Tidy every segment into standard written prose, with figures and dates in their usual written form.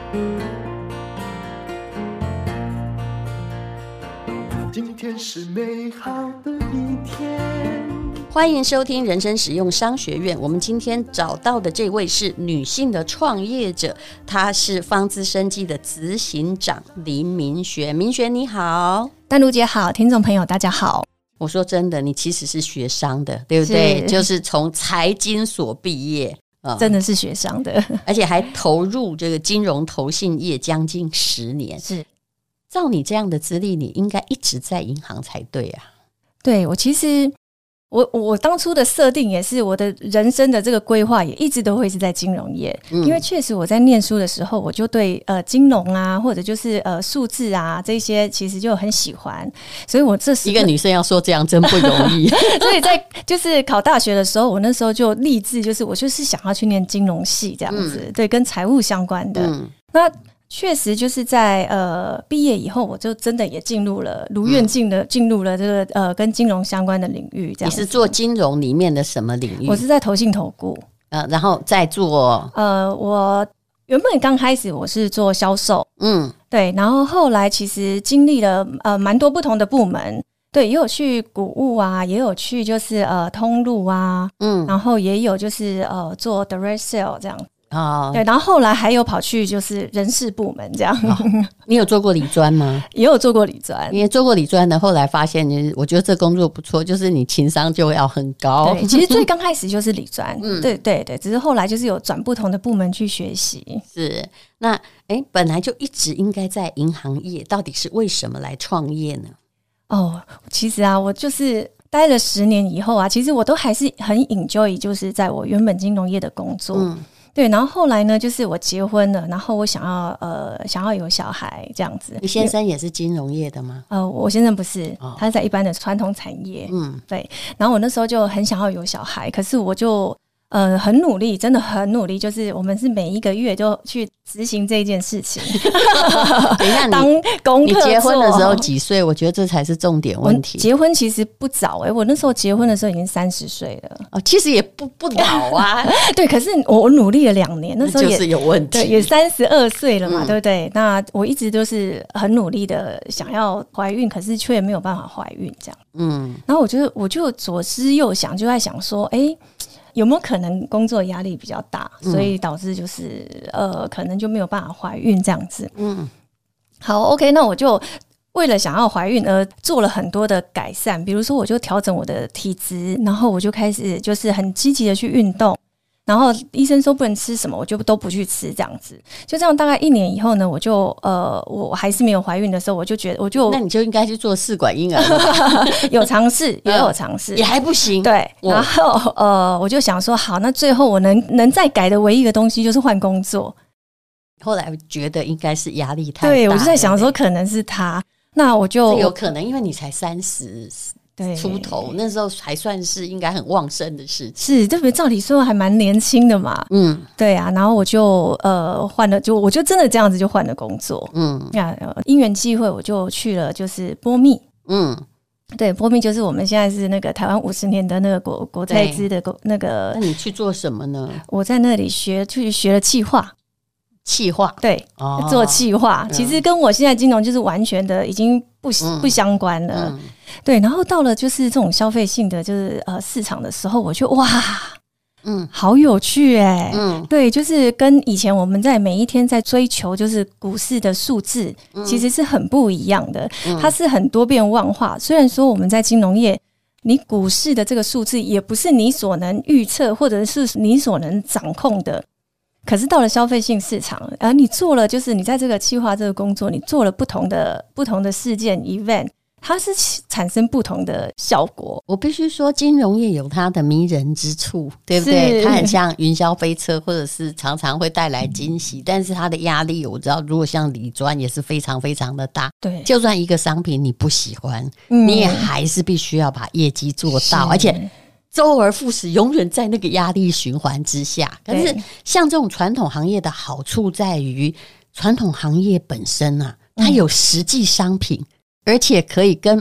今天是美好的一天。 欢迎收听人生实用商学院。我们今天找到的这位是女性的创业者，她是方姿生技的执行长林明璇。明璇你好。 丹如姐好，听众朋友大家好。 我说真的，你其实是学商的，对不对？就是从财经所毕业， 真的是学商的， 而且还投入这个金融投信业将近10年。 是， 照你这样的资历，你应该一直在银行才对啊。 对，我其实我当初的设定也是我的人生的这个规划也一直都会是在金融业，因为确实我在念书的时候我就对金融啊或者就是数字啊这些其实就很喜欢，所以我这一个女生要说这样真不容易所以在就是考大学的时候，我那时候就立志就是我就是想要去念金融系这样子，对，跟财务相关的。那确实就是在毕业以后，我就真的也进入了如愿进入了这个跟金融相关的领域。这样，你是做金融里面的什么领域？ 我是在投信投顾， 然后再做我原本刚开始我是做销售，对，然后后来其实经历了蛮多不同的部门，对，也有去股务啊，也有去就是通路啊，然后也有就是做 direct sale 这样。对，然后后来还有跑去就是人事部门这样。 你有做过理专吗？ 也有做过理专， 因为做过理专的，后来发现我觉得这工作不错，就是你情商就要很高。 对，其实最刚开始就是理专，对对对，只是后来就是有转不同的部门去学习。 是，那本来就一直应该在银行业，到底是为什么来创业呢？ 其实啊，我就是待了10年以后啊，其实我都还是很 enjoy， 就是在我原本金融业的工作。对，然后后来呢，就是我结婚了，然后我想要有小孩这样子。 你先生也是金融业的吗？ 我先生不是，他是在一般的传统产业。对。然后我那时候就很想要有小孩，可是我就很努力，真的很努力，就是我们是每一个月就去执行这件事情。 等一下， 当功课做。 你结婚的时候几岁？我觉得这才是重点问题。 我结婚其实不早我那时候结婚的时候已经30岁了。 其实也不老啊。 对，可是我努力了2年，那时候也就是有问题， 对，也32岁了嘛，对不对？那我一直都是很努力的想要怀孕，可是却没有办法怀孕这样。然后我就左思右想，就在想说，有没有可能工作压力比较大，所以导致就是可能就没有办法怀孕这样子。好 OK， 那我就为了想要怀孕而做了很多的改善，比如说我就调整我的体质，然后我就开始就是很积极的去运动，然后医生说不能吃什么，我就都不去吃这样子。就这样大概1年以后呢，我还是没有怀孕的时候，我就觉得那你就应该去做试管婴儿。 有尝试，也有尝试， 也还不行。 对，然后我就想说，好，那最后我能再改的唯一一个东西就是换工作。 后来觉得应该是压力太大， 对，我就在想说可能是他，那我就有可能，因为你才30出头，那时候还算是应该很旺盛的事情， 是，对不对？照理说还蛮年轻的嘛，对啊，然后我就换了，我就真的这样子就换了工作，因缘际会我就去了，就是波密，对，波密就是我们现在是那个台湾50年的那个国泰资的那个。 那你去做什么呢？ 我在那里学了企划。对，做企划，其实跟我现在金融就是完全的已经不相关了。对，然后到了就是这种消费性的就是市场的时候，我就哇，好有趣对，就是跟以前我们在每一天在追求就是股市的数字，其实是很不一样的。它是很多变万化。虽然说我们在金融业，你股市的这个数字也不是你所能预测或者是你所能掌控的。可是到了消费性市场，你做了就是你在这个企划这个工作，你做了不同的事件 event， 它是产生不同的效果。 我必须说金融业有它的迷人之处，对不对？它很像云霄飞车，或者是常常会带来惊喜，但是它的压力我知道，如果像理专也是非常非常的大。 对， 就算一个商品你不喜欢，你也还是必须要把业绩做到，而且周而复始，永远在那个压力循环之下。可是像这种传统行业的好处在于，传统行业本身它有实际商品，而且可以跟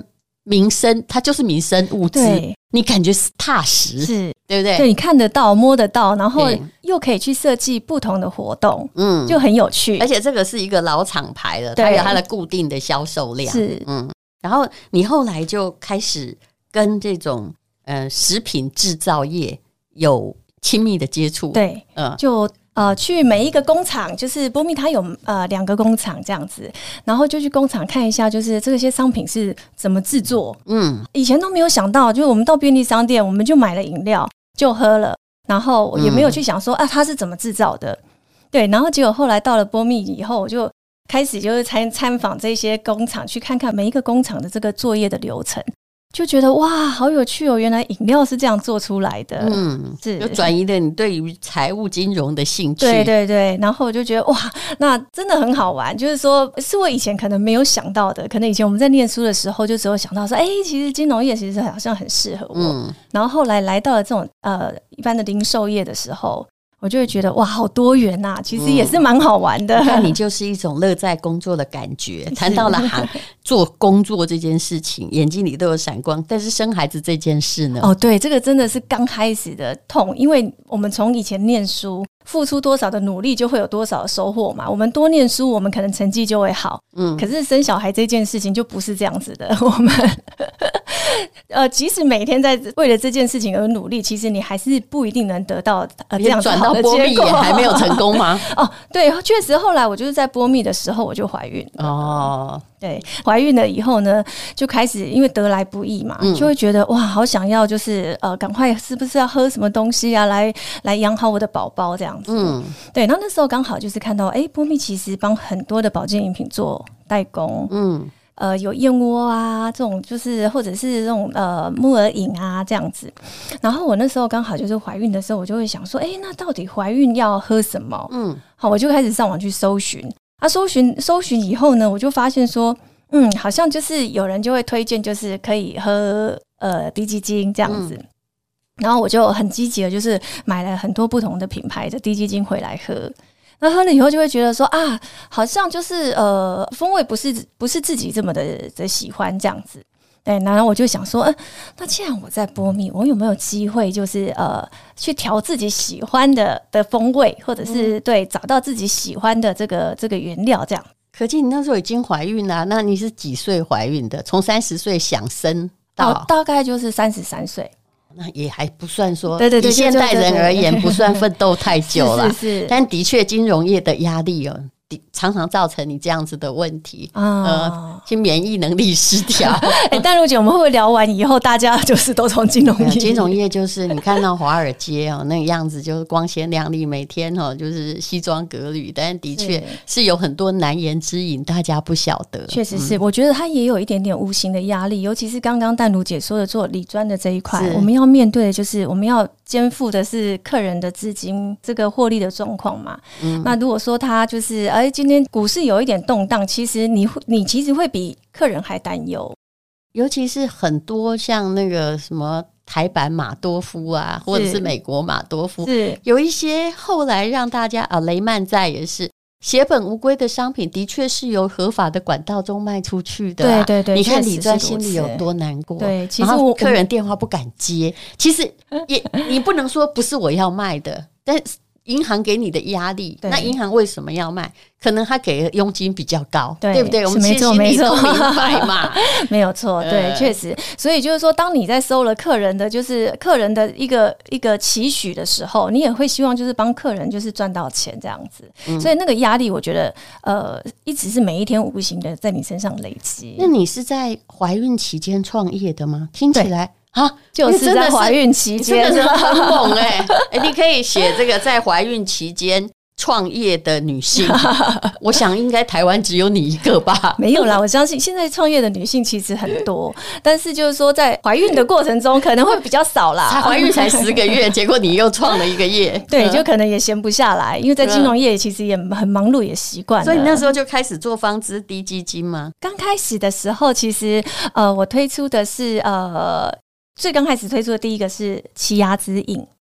民生，它就是民生物资，你感觉是踏实， 是， 对不对？ 对，你看得到摸得到，然后又可以去设计不同的活动，就很有趣。 而且这个是一个老厂牌了，它有它的固定的销售量， 是， 然后你后来就开始跟这种食品制造业有亲密的接触， 对，就去每一个工厂，就是波蜜它有2个工厂这样子，然后就去工厂看一下，就是这些商品是怎么制作。以前都没有想到，就是我们到便利商店，我们就买了饮料就喝了，然后也没有去想说它是怎么制造的。对，然后结果后来到了波蜜以后，我就开始就是参访这些工厂，去看看每一个工厂的这个作业的流程。就觉得哇，好有趣哦！原来饮料是这样做出来的，是就转移了你对于财务金融的兴趣。 对对对，然后我就觉得哇，那真的很好玩。就是说，是我以前可能没有想到的，可能以前我们在念书的时候，就只有想到说，其实金融业其实好像很适合我。然后后来来到了这种一般的零售业的时候，我就会觉得哇，好多元啊，其实也是蛮好玩的。 那你就是一种乐在工作的感觉。谈到了做工作这件事情，眼睛里都有闪光。但是生孩子这件事呢？ 对，这个真的是刚开始的痛，因为我们从以前念书，付出多少的努力，就会有多少的收获嘛。我们多念书，我们可能成绩就会好。可是生小孩这件事情就不是这样子的。我们即使每天在为了这件事情而努力，其实你还是不一定能得到这样子好的结果。 转到波蜜也还没有成功吗？ 对，确实后来我就是在波蜜的时候我就怀孕了。对，怀孕了以后呢，就开始因为得来不易嘛，就会觉得哇，好想要就是赶快是不是要喝什么东西啊，来养好我的宝宝这样子。对，然后那时候刚好就是看到波蜜其实帮很多的保健饮品做代工。有燕窝啊，这种就是或者是这种木耳饮啊这样子。然后我那时候刚好就是怀孕的时候，我就会想说，那到底怀孕要喝什么？好，我就开始上网去搜寻。搜寻以后呢，我就发现说，好像就是有人就会推荐，就是可以喝低基精这样子。然后我就很积极的，就是买了很多不同的品牌的低基精回来喝。那喝了以后就会觉得说好像就是风味不是自己这么的喜欢这样子。对，然后我就想说那既然我在波蜜，我有没有机会就是去调自己喜欢的风味，或者是对找到自己喜欢的这个原料这样。 可见你那时候已经怀孕了。那你是几岁怀孕的？从30岁想生到大概就是33岁。 那也还不算说， 对对对， 以现代人而言不算奋斗太久了。 是， 但的确金融业的压力常常造成你这样子的问题其免疫能力失调。 但如姐，我们会不会聊完以后，大家就是都从金融业？ 金融业就是你看到华尔街那个样子，就是光鲜亮丽，每天就是西装革履，但的确是有很多难言之隐，大家不晓得。 确实是，我觉得它也有一点点无形的压力，尤其是刚刚淡如姐说的做理专的这一块，我们要面对的就是我们要肩负的是客人的资金这个获利的状况嘛。那如果说他就是今天股市有一点动荡，其实你其实会比客人还担忧， 尤其是很多像那个什么台版马多夫啊，或者是美国马多夫，有一些后来让大家雷曼在也是血本无归的商品，的确是由合法的管道中卖出去的。 对对对， 你看理专心里有多难过。 对，其实客人电话不敢接，其实你不能说不是我要卖的，但是银行给你的压力，那银行为什么要卖？可能他给的佣金比较高， 对不对？我们其实心里都明白嘛。 没有错，对，确实。所以就是说，当你在收了客人的一个期许的时候，你也会希望就是帮客人就是赚到钱这样子。所以那个压力，我觉得一直是每一天无形的在你身上累积。 那你是在怀孕期间创业的吗？听起来。 就是在怀孕期间， 真的是很猛你可以写这个在怀孕期间创业的女性，我想应该台湾只有你一个吧？ 没有啦，我相信现在创业的女性其实很多，但是就是说在怀孕的过程中可能会比较少啦。 才怀孕才10个月，结果你又创了一个业， 对，就可能也闲不下来，因为在金融业其实也很忙碌，也习惯了。 所以你那时候就开始做方知低基金吗？ 刚开始的时候，其实我推出的是最刚开始推出的第一个是奇亚籽饮。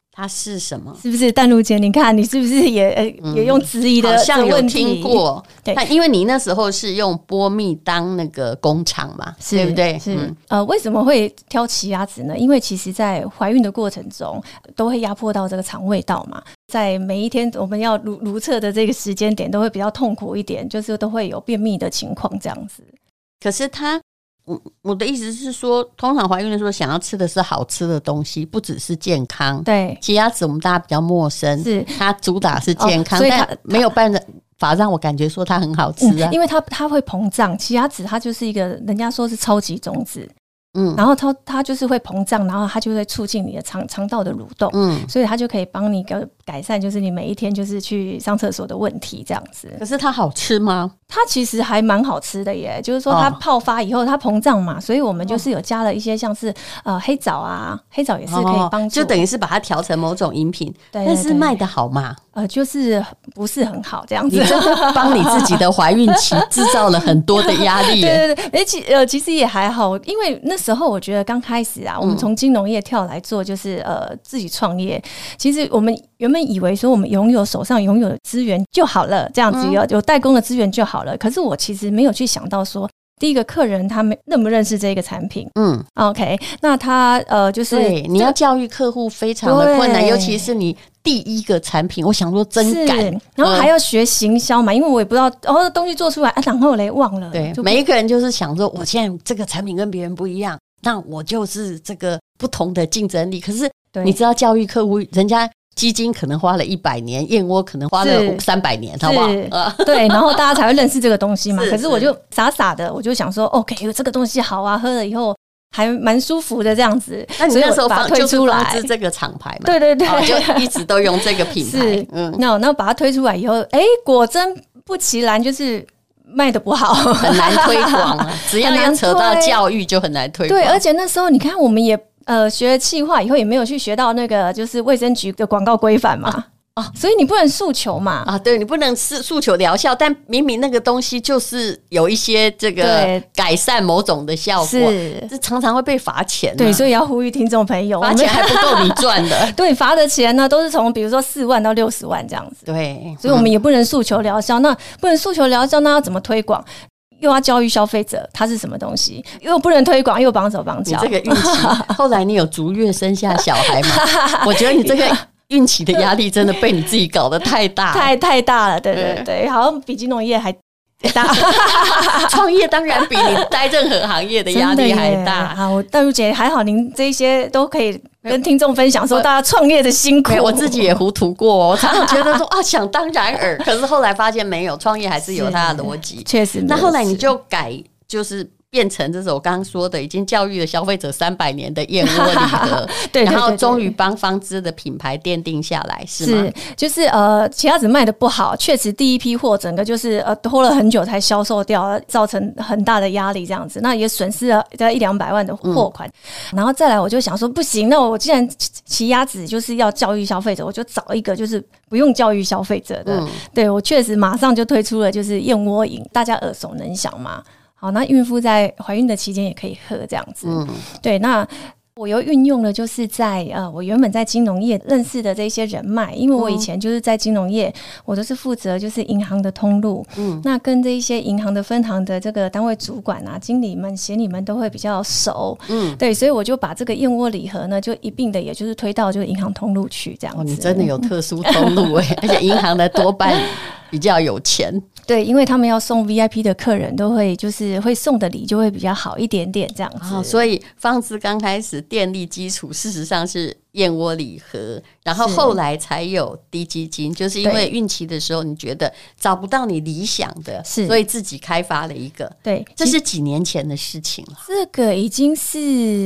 它是什么？ 是不是淡如姐？你看你是不是也用质疑的？ 好像有听过。 对， 因为你那时候是用波蜜当那个工厂嘛，对不对？ 是为什么会挑奇亚籽呢？因为其实在怀孕的过程中都会压迫到这个肠胃道嘛，在每一天我们要如厕的这个时间点都会比较痛苦一点，就是都会有便秘的情况这样子。 可是我的意思是说，通常怀孕的时候想要吃的是好吃的东西，不只是健康。 对， 奇亚籽我们大家比较陌生， 是它主打是健康，所以它没有办法让我感觉说它很好吃啊， 因为它会膨胀。奇亚籽它就是一个人家说是超级种子。然后它就是会膨胀，然后它就会促进你的肠道的蠕动，所以它就可以帮你改善，就是你每一天就是去上厕所的问题这样子。 可是它好吃吗？ 它其实还蛮好吃的耶，就是说它泡发以后它膨胀嘛，所以我们就是有加了一些像是黑枣啊，黑枣也是可以帮助， 就等于是把它调成某种饮品。对，但是卖的好吗？ 就是不是很好这样子。 你真的帮你自己的怀孕期制造了很多的压力。 对对对，其实也还好，因为那时候我觉得刚开始啊，我们从金融业跳来做，就是自己创业。其实我们原本以为说我们手上拥有的资源就好了，这样子有代工的资源就好了。可是我其实没有去想到说，第一个客人他们认不认识这个产品？OK， 那他就是对你要教育客户非常的困难，尤其是你第一个产品，我想说真敢， 然后还要学行销嘛，因为我也不知道东西做出来然后嘞忘了。 对，每一个人就是想说，我现在这个产品跟别人不一样，那我就是这个不同的竞争力。可是你知道教育客户，人家基金可能花了100年，燕窝可能花了300年，好不好？ 对，然后大家才会认识这个东西嘛。可是我就傻傻的，我就想说 ，OK， 这个东西好啊，喝了以后还蛮舒服的这样子。 那你那时候把它推出来， 就是这个厂牌嘛？ 对对对， 就一直都用这个品牌。 那把它推出来以后，果真不其然就是卖的不好， 很难推广啊。只要扯到教育就很难推广。 对，而且那时候你看，我们也学了企划以后，也没有去学到那个就是卫生局的广告规范嘛。所以你不能诉求嘛。 对，你不能诉求疗效，但明明那个东西就是有一些这个改善某种的效果，这常常会被罚钱。 对，所以要呼吁听众朋友， 罚钱还不够你赚的。 对，罚的钱呢都是从比如说4万到60万这样子。 对， 所以我们也不能诉求疗效。那不能诉求疗效，那要怎么推广？又要教育消费者它是什么东西，又不能推广，又绑手绑脚。 你这个孕期，后来你有足月生下小孩吗？我觉得你这个孕期的压力真的被你自己搞得太大， 太大了。对对对，好像比金融业还大。 创业当然比你待任何行业的压力还大。 好，淡如姐还好，您这些都可以跟听众分享说大家创业的辛苦。 我自己也糊涂过，我常常觉得说想当然尔，可是后来发现没有，创业还是有它的逻辑。 确实， 那后来你就改，就是变成这是我刚刚说的已经教育了消费者300年的燕窝礼盒。 对， 然后终于帮方知的品牌奠定下来，是吗？ 是，就是奇亚籽卖的不好，确实第一批货整个就是拖了很久才销售掉，造成很大的压力这样子，那也损失了大概100-200万的货款。然后再来我就想说不行，那我既然奇亚籽就是要教育消费者，我就找一个就是不用教育消费者的。对，我确实马上就推出了就是燕窝饮，大家耳熟能详嘛。好，那孕妇在怀孕的期间也可以喝这样子。对，那我又运用了就是在我原本在金融业认识的这些人脉，因为我以前就是在金融业，我都是负责就是银行的通路，那跟这一些银行的分行的这个单位主管啊、经理们、协理们都会比较熟，对，所以我就把这个燕窝礼盒呢，就一并的也就是推到就是银行通路去这样子。 你真的有特殊通路而且银行的多半比较有钱。 对，因为他们要送 VIP 的客人都会就是会送的礼就会比较好一点点这样子。 所以方知刚开始电力基础事实上是燕窝礼盒，然后后来才有低基金，就是因为孕期的时候你觉得找不到你理想的，所以自己开发了一个。对，这是几年前的事情了。 这个已经是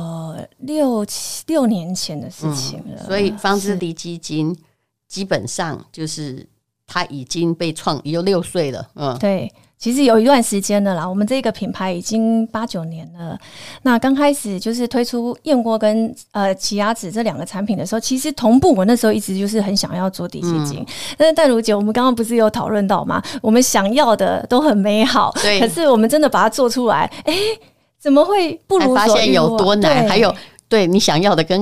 6年前的事情了。 所以方知低基金基本上就是他已经被有6岁了。 对，其实有一段时间了啦，我们这个品牌已经8-9年了。那刚开始就是推出燕窝跟奇亚籽这2个产品的时候，其实同步我那时候一直就是很想要做低基金，但是淡如姐我们刚刚不是有讨论到吗？我们想要的都很美好，可是我们真的把它做出来，怎么会不如所欲？ 发现有多难？还有对你想要的跟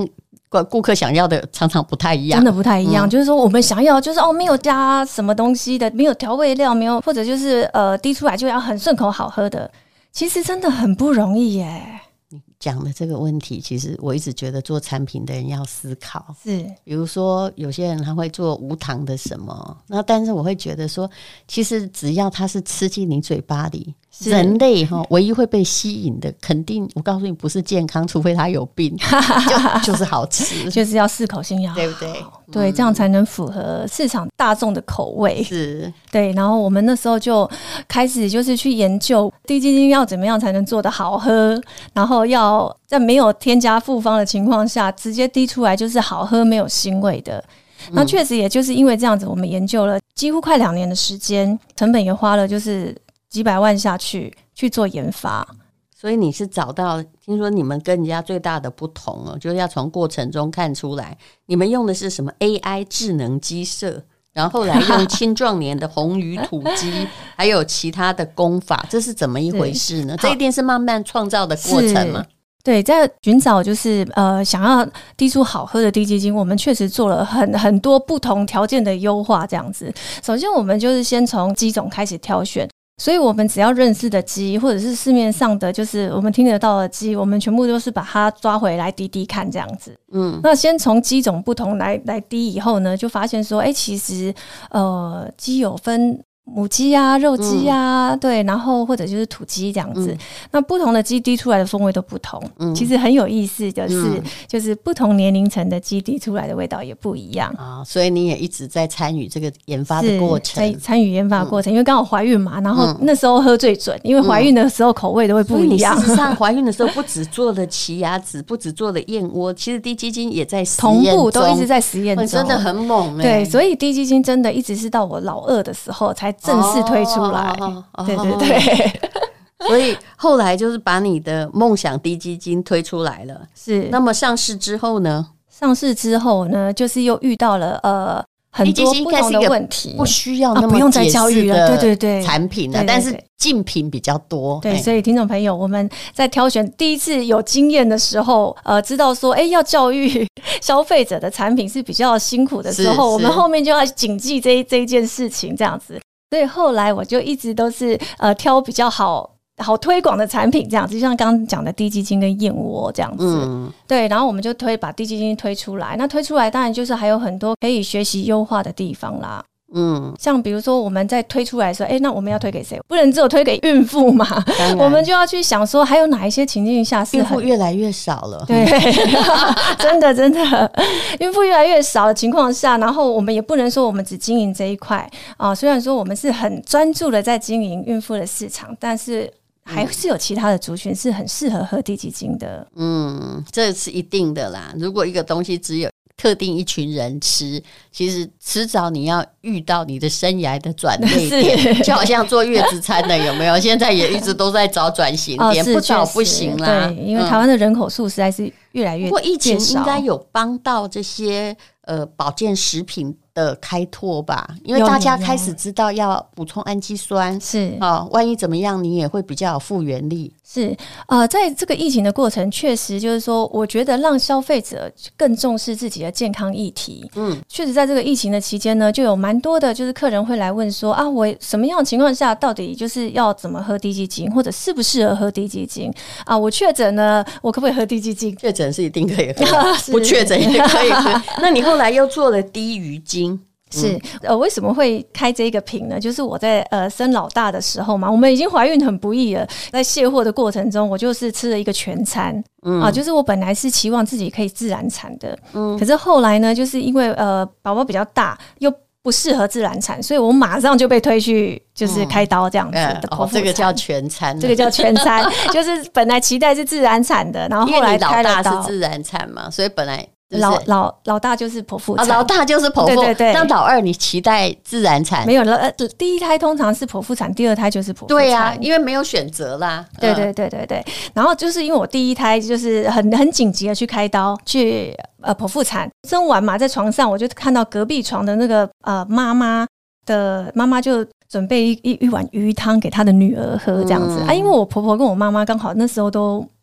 顾客想要的常常不太一样， 真的不太一样。就是说我们想要就是没有加什么东西的，没有调味料，没有或者就是滴出来就要很顺口好喝的，其实真的很不容易耶。 你讲的这个问题，其实我一直觉得做产品的人要思考。 是， 比如说有些人他会做无糖的什么，那但是我会觉得说，其实只要它是吃进你嘴巴里，人类唯一会被吸引的，肯定我告诉你不是健康，除非他有病，就是好吃， 就是要适口性要好， 对不对？ 对，这样才能符合市场大众的口味。 是， 对。然后我们那时候就开始就是去研究滴鸡精要怎么样才能做得好喝，然后要在没有添加复方的情况下，直接滴出来就是好喝没有腥味的。那确实也就是因为这样子，我们研究了几乎快2年的时间，成本也花了就是几百万下去做研发。 所以你是找到，听说你们跟人家最大的不同就是要从过程中看出来，你们用的是什么 AI 智能鸡舍，然后后来用青壮年的红鱼土鸡，还有其他的工法，这是怎么一回事呢？这一定是慢慢创造的过程吗？ 对，在寻找就是想要滴出好喝的滴鸡精，我们确实做了很多不同条件的优化。这样子，首先我们就是先从鸡种开始挑选。所以我们只要认识的鸡，或者是市面上的就是我们听得到的鸡，我们全部都是把它抓回来滴滴看这样子。那先从鸡种不同来滴以后呢，就发现说其实鸡有分母鸡啊、肉鸡啊，对，然后或者就是土鸡这样子。那不同的鸡滴出来的风味都不同。其实很有意思的是，就是不同年龄层的鸡滴出来的味道也不一样啊。所以你也一直在参与这个研发的过程， 参与研发的过程，因为刚好怀孕嘛，然后那时候喝最准，因为怀孕的时候口味都会不一样。 事实上，怀孕的时候不只做了奇亚籽，不只做了燕窝，其实滴鸡精也在实验中， 同步都一直在实验中， 真的很猛对，所以滴鸡精真的一直是到我老2的时候才正式推出来。对对对。 所以后来就是把你的梦想滴鸡精推出来了。 是。 那么上市之后呢？ 上市之后呢，就是又遇到了很多不同的问题， 不需要那么不用再教育了，对对对， 产品了，但是竞品比较多。 对，所以听众朋友，我们在挑选第一次有经验的时候，知道说，要教育消费者的产品是比较辛苦的时候，我们后面就要谨记这一件事情，这样子。所以后来我就一直都是挑比较好推广的产品，这样子，就像刚刚讲的滴鸡精跟燕窝这样子。对，然后我们就把滴鸡精推出来。那推出来当然就是还有很多可以学习优化的地方啦。像比如说我们在推出来的时候，那我们要推给谁？不能只有推给孕妇嘛，我们就要去想说还有哪一些情境下是孕妇越来越少了。 对，真的孕妇越来越少的情况下，然后我们也不能说我们只经营这一块啊。虽然说我们是很专注的在经营孕妇的市场，但是还是有其他的族群是很适合喝滴鸡精的。 这是一定的啦。如果一个东西只有特定一群人吃，其实迟早你要遇到你的生涯的转捩点，就好像做月子餐的有没有？现在也一直都在找转型点，不找不行啦。 对，因为台湾的人口数实在是越来越减少。不过疫情应该有帮到这些保健食品的开拓吧，因为大家开始知道要补充氨基酸， 是万一怎么样，你也会比较有复原力。 是在这个疫情的过程，确实就是说，我觉得让消费者更重视自己的健康议题。确实在这个疫情的期间呢，就有蛮多的就是客人会来问说我什么样的情况下到底就是要怎么喝滴鸡精，或者适不适合喝滴鸡精我确诊呢，我可不可以喝滴鸡精？ 确诊是一定可以喝不确诊也可以喝。那你后来又做了滴鱼精。 是为什么会开这个品呢？就是我在生老大的时候嘛，我们已经怀孕很不易了，在卸货的过程中，我就是吃了一个全餐。就是我本来是期望自己可以自然产的，可是后来呢，就是因为宝宝比较大，又不适合自然产，所以我马上就被推去就是开刀这样子的剖腹产。 这个叫全餐， 这个叫全餐，就是本来期待是自然产的，然后后来开了刀。 因为你老大是自然产嘛，所以本来。 老大就是剖腹产， 老大就是剖腹。对，那老二你期待自然产？ 没有了，第一胎通常是剖腹产，第二胎就是剖腹产。 对啊，因为没有选择啦。 对。然后就是因为我第一胎就是很紧急的去开刀去剖腹产，生完嘛，在床上我就看到隔壁床的那个妈妈就准备一碗鱼汤给她的女儿喝这样子因为我婆婆跟我妈妈刚好那时候都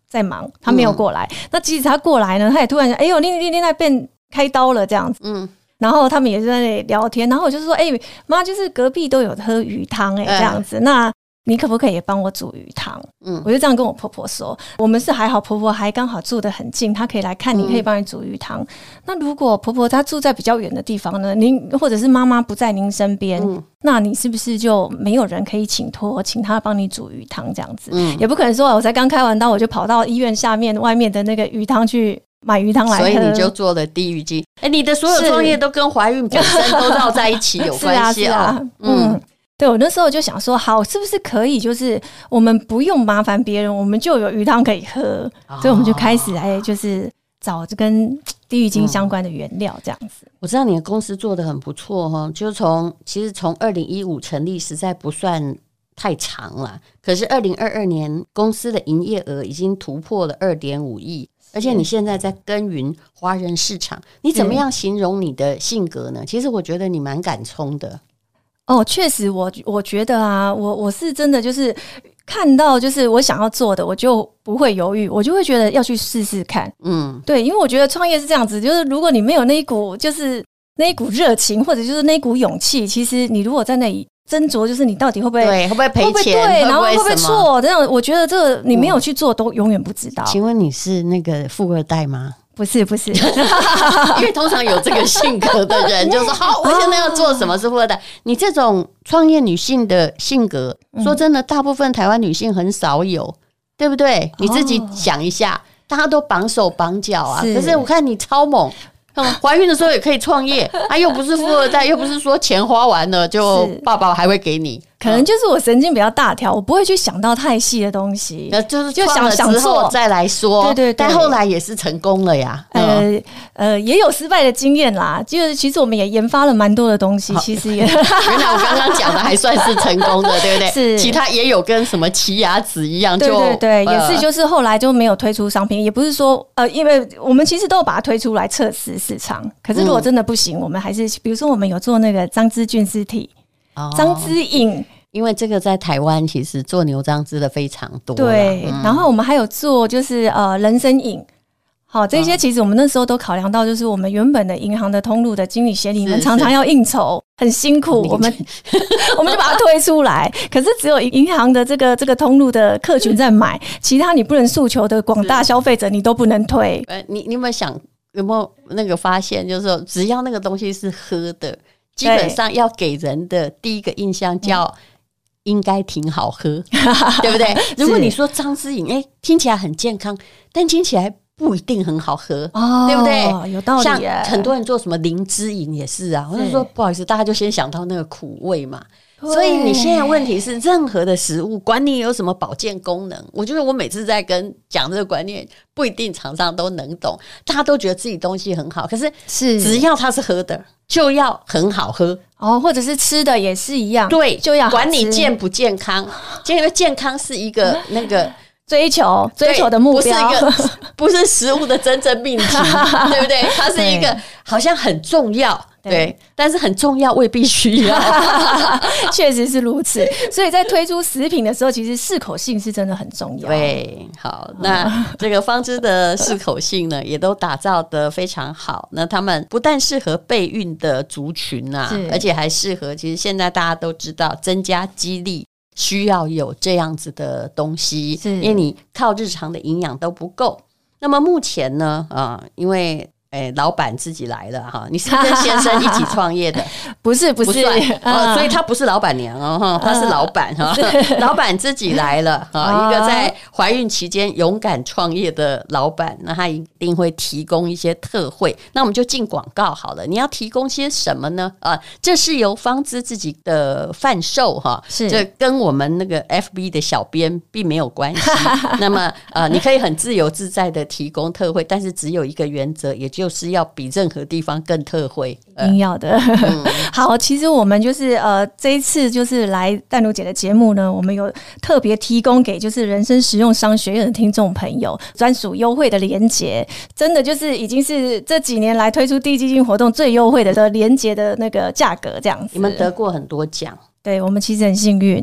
在忙，他没有过来。那即使他过来呢，他也突然哎呦，你在变开刀了这样子。然后他们也是在那里聊天，然后我就说，妈，就是隔壁都有喝鱼汤这样子，那你可不可以也帮我煮鱼汤？我就这样跟我婆婆说，我们是还好，婆婆还刚好住得很近，她可以来看你，可以帮你煮鱼汤。那如果婆婆她住在比较远的地方呢，您或者是妈妈不在您身边，那你是不是就没有人可以请托，请她帮你煮鱼汤这样子？也不可能说我才刚开完刀，我就跑到医院下面外面的那个鱼汤去买鱼汤来喝， 所以你就做了地狱经。你的所有创业都跟怀孕本身都绕在一起有关系啊。 对，我那时候就想说，好，是不是可以就是我们不用麻烦别人，我们就有鱼汤可以喝，所以我们就开始来就是找跟地狱经相关的原料这样子。 我知道你的公司做得很不错哈，就其实从2015成立实在不算太长了，可是2022年公司的营业额已经突破了2.5亿，而且你现在在耕耘华人市场，你怎么样形容你的性格呢？其实我觉得你蛮敢冲的。 确实我觉得啊，我是真的就是看到就是我想要做的，我就不会犹豫，我就会觉得要去试试看。对，因为我觉得创业是这样子，就是如果你没有那一股就是那一股热情，或者就是那一股勇气，其实你如果在那里斟酌，就是你到底会不会赔钱， 对，然后会不会错，这样我觉得这个你没有去做都永远不知道。 请问你是那个富二代吗？ 不是因为通常有这个性格的人就说好，我现在要做什么是富二代。你这种创业女性的性格，说真的大部分台湾女性很少有，对不对？你自己想一下，大家都绑手绑脚啊，可是我看你超猛，怀孕的时候也可以创业又不是富二代，又不是说钱花完了就爸爸还会给你。 可能就是我神经比较大条，我不会去想到太细的东西， 就是创了之后再来说。对，但后来也是成功了呀。 也有失败的经验啦。就是其实我们也研发了蛮多的东西，其实也原来我刚刚讲的还算是成功的，对不对？ 是， 其他也有跟什么奇亚籽一样， 对，也是就是后来就没有推出商品，也不是说因为我们其实都有把它推出来测试市场。可是如果真的不行，我们还是比如说我们有做那个张芝菌丝体。张芝饮， 因为这个在台湾其实做牛樟芝的非常多。 对，然后我们还有做就是人参饮。好，这些其实我们那时候都考量到，就是我们原本的银行的通路的经理协理们常常要应酬，很辛苦，我们就把它推出来。可是只有银行的这个通路的客群在买，其他你不能诉求的广大消费者你都不能推。 你有没有那个发现，就是说只要那个东西是喝的，基本上要给人的第一个印象叫应该挺好喝，对不对？如果你说张芝饮，听起来很健康，但听起来不一定很好喝，对不对？ 有道理。 像很多人做什么灵芝饮也是啊，我就说不好意思，大家就先想到那个苦味嘛。所以你现在问题是，任何的食物，管你有什么保健功能，我觉得我每次在讲这个观念，不一定厂商都能懂，大家都觉得自己东西很好，可是只要它是喝的，就要很好喝或者是吃的也是一样， 对， 就要好吃， 管你健不健康，因为健康是一个那个追求的目标， 不是食物的真正命题，对不对？它是一个好像很重要。对，但是很重要未必需要， 确实是如此。所以在推出食品的时候，其实适口性是真的很重要。 对，好，那这个方知的适口性呢，也都打造得非常好。那他们不但适合备孕的族群啊，而且还适合，其实现在大家都知道，增加肌力需要有这样子的东西，因为你靠日常的营养都不够。那么目前呢，因为老板自己来了哈，你是跟先生一起创业的？ 不是， 所以他不是老板娘哦，他是老板哈，老板自己来了一个在怀孕期间勇敢创业的老板，那他一定会提供一些特惠。那我们就进广告好了，你要提供些什么呢？这是由方知自己的贩售哈，这跟我们那个 FB 的小编并没有关系。那么你可以很自由自在的提供特惠，但是只有一个原则，也就是要比任何地方更特惠， 一定要的。好，其实我们就是这一次就是来淡如姐的节目呢，我们有特别提供给就是人生实用商学院的听众朋友专属优惠的连结，真的就是已经是这几年来推出地基金活动最优惠的连结的那个价格这样子。 你们得过很多奖， 对，我们其实很幸运。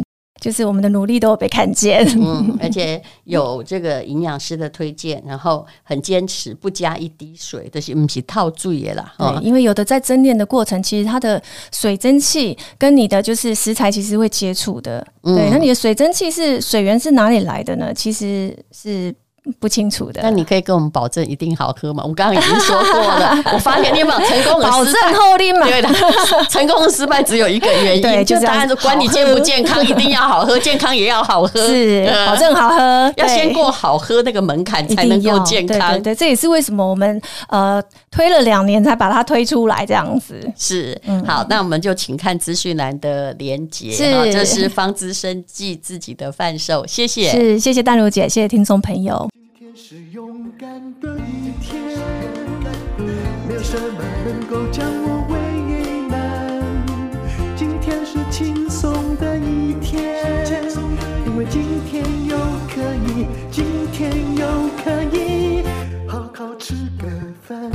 就是我们的努力都有被看见。 而且有这个营养师的推荐，然后很坚持不加一滴水，就是不是套水的啦。 对，因为有的在蒸炼的过程，其实它的水蒸气跟你的就是食材其实会接触的。对，那你的水蒸气是水源是哪里来的呢？其实是不清楚的。 那你可以跟我们保证一定好喝吗？我刚刚已经说过了。我发现你有没有成功的失败？ 保证后力嘛。 对的，成功的失败只有一个原因， 对， 就当然是管你健不健康，一定要好喝，健康也要好喝， 是保证好喝， 要先过好喝那个门槛才能够健康。 对对对，这也是为什么我们推了2年才把它推出来这样子。 是，好，那我们就请看资讯栏的连结。这是方知生计自己的贩售，谢谢。 是，谢谢淡如姐，谢谢听众朋友。 今天是勇敢的一天，没有什么能够将我为难。今天是轻松的一天，因为今天又可以，今天又可以好好吃个饭，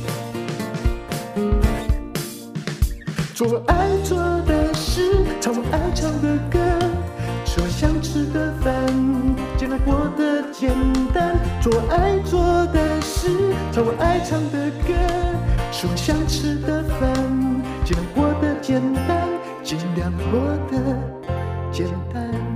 做我爱做的事，唱我爱唱的歌，吃我想吃的饭，尽量过得简单，做我爱做的事，唱我爱唱的歌，吃我想吃的饭，尽量过得简单，尽量过得简单。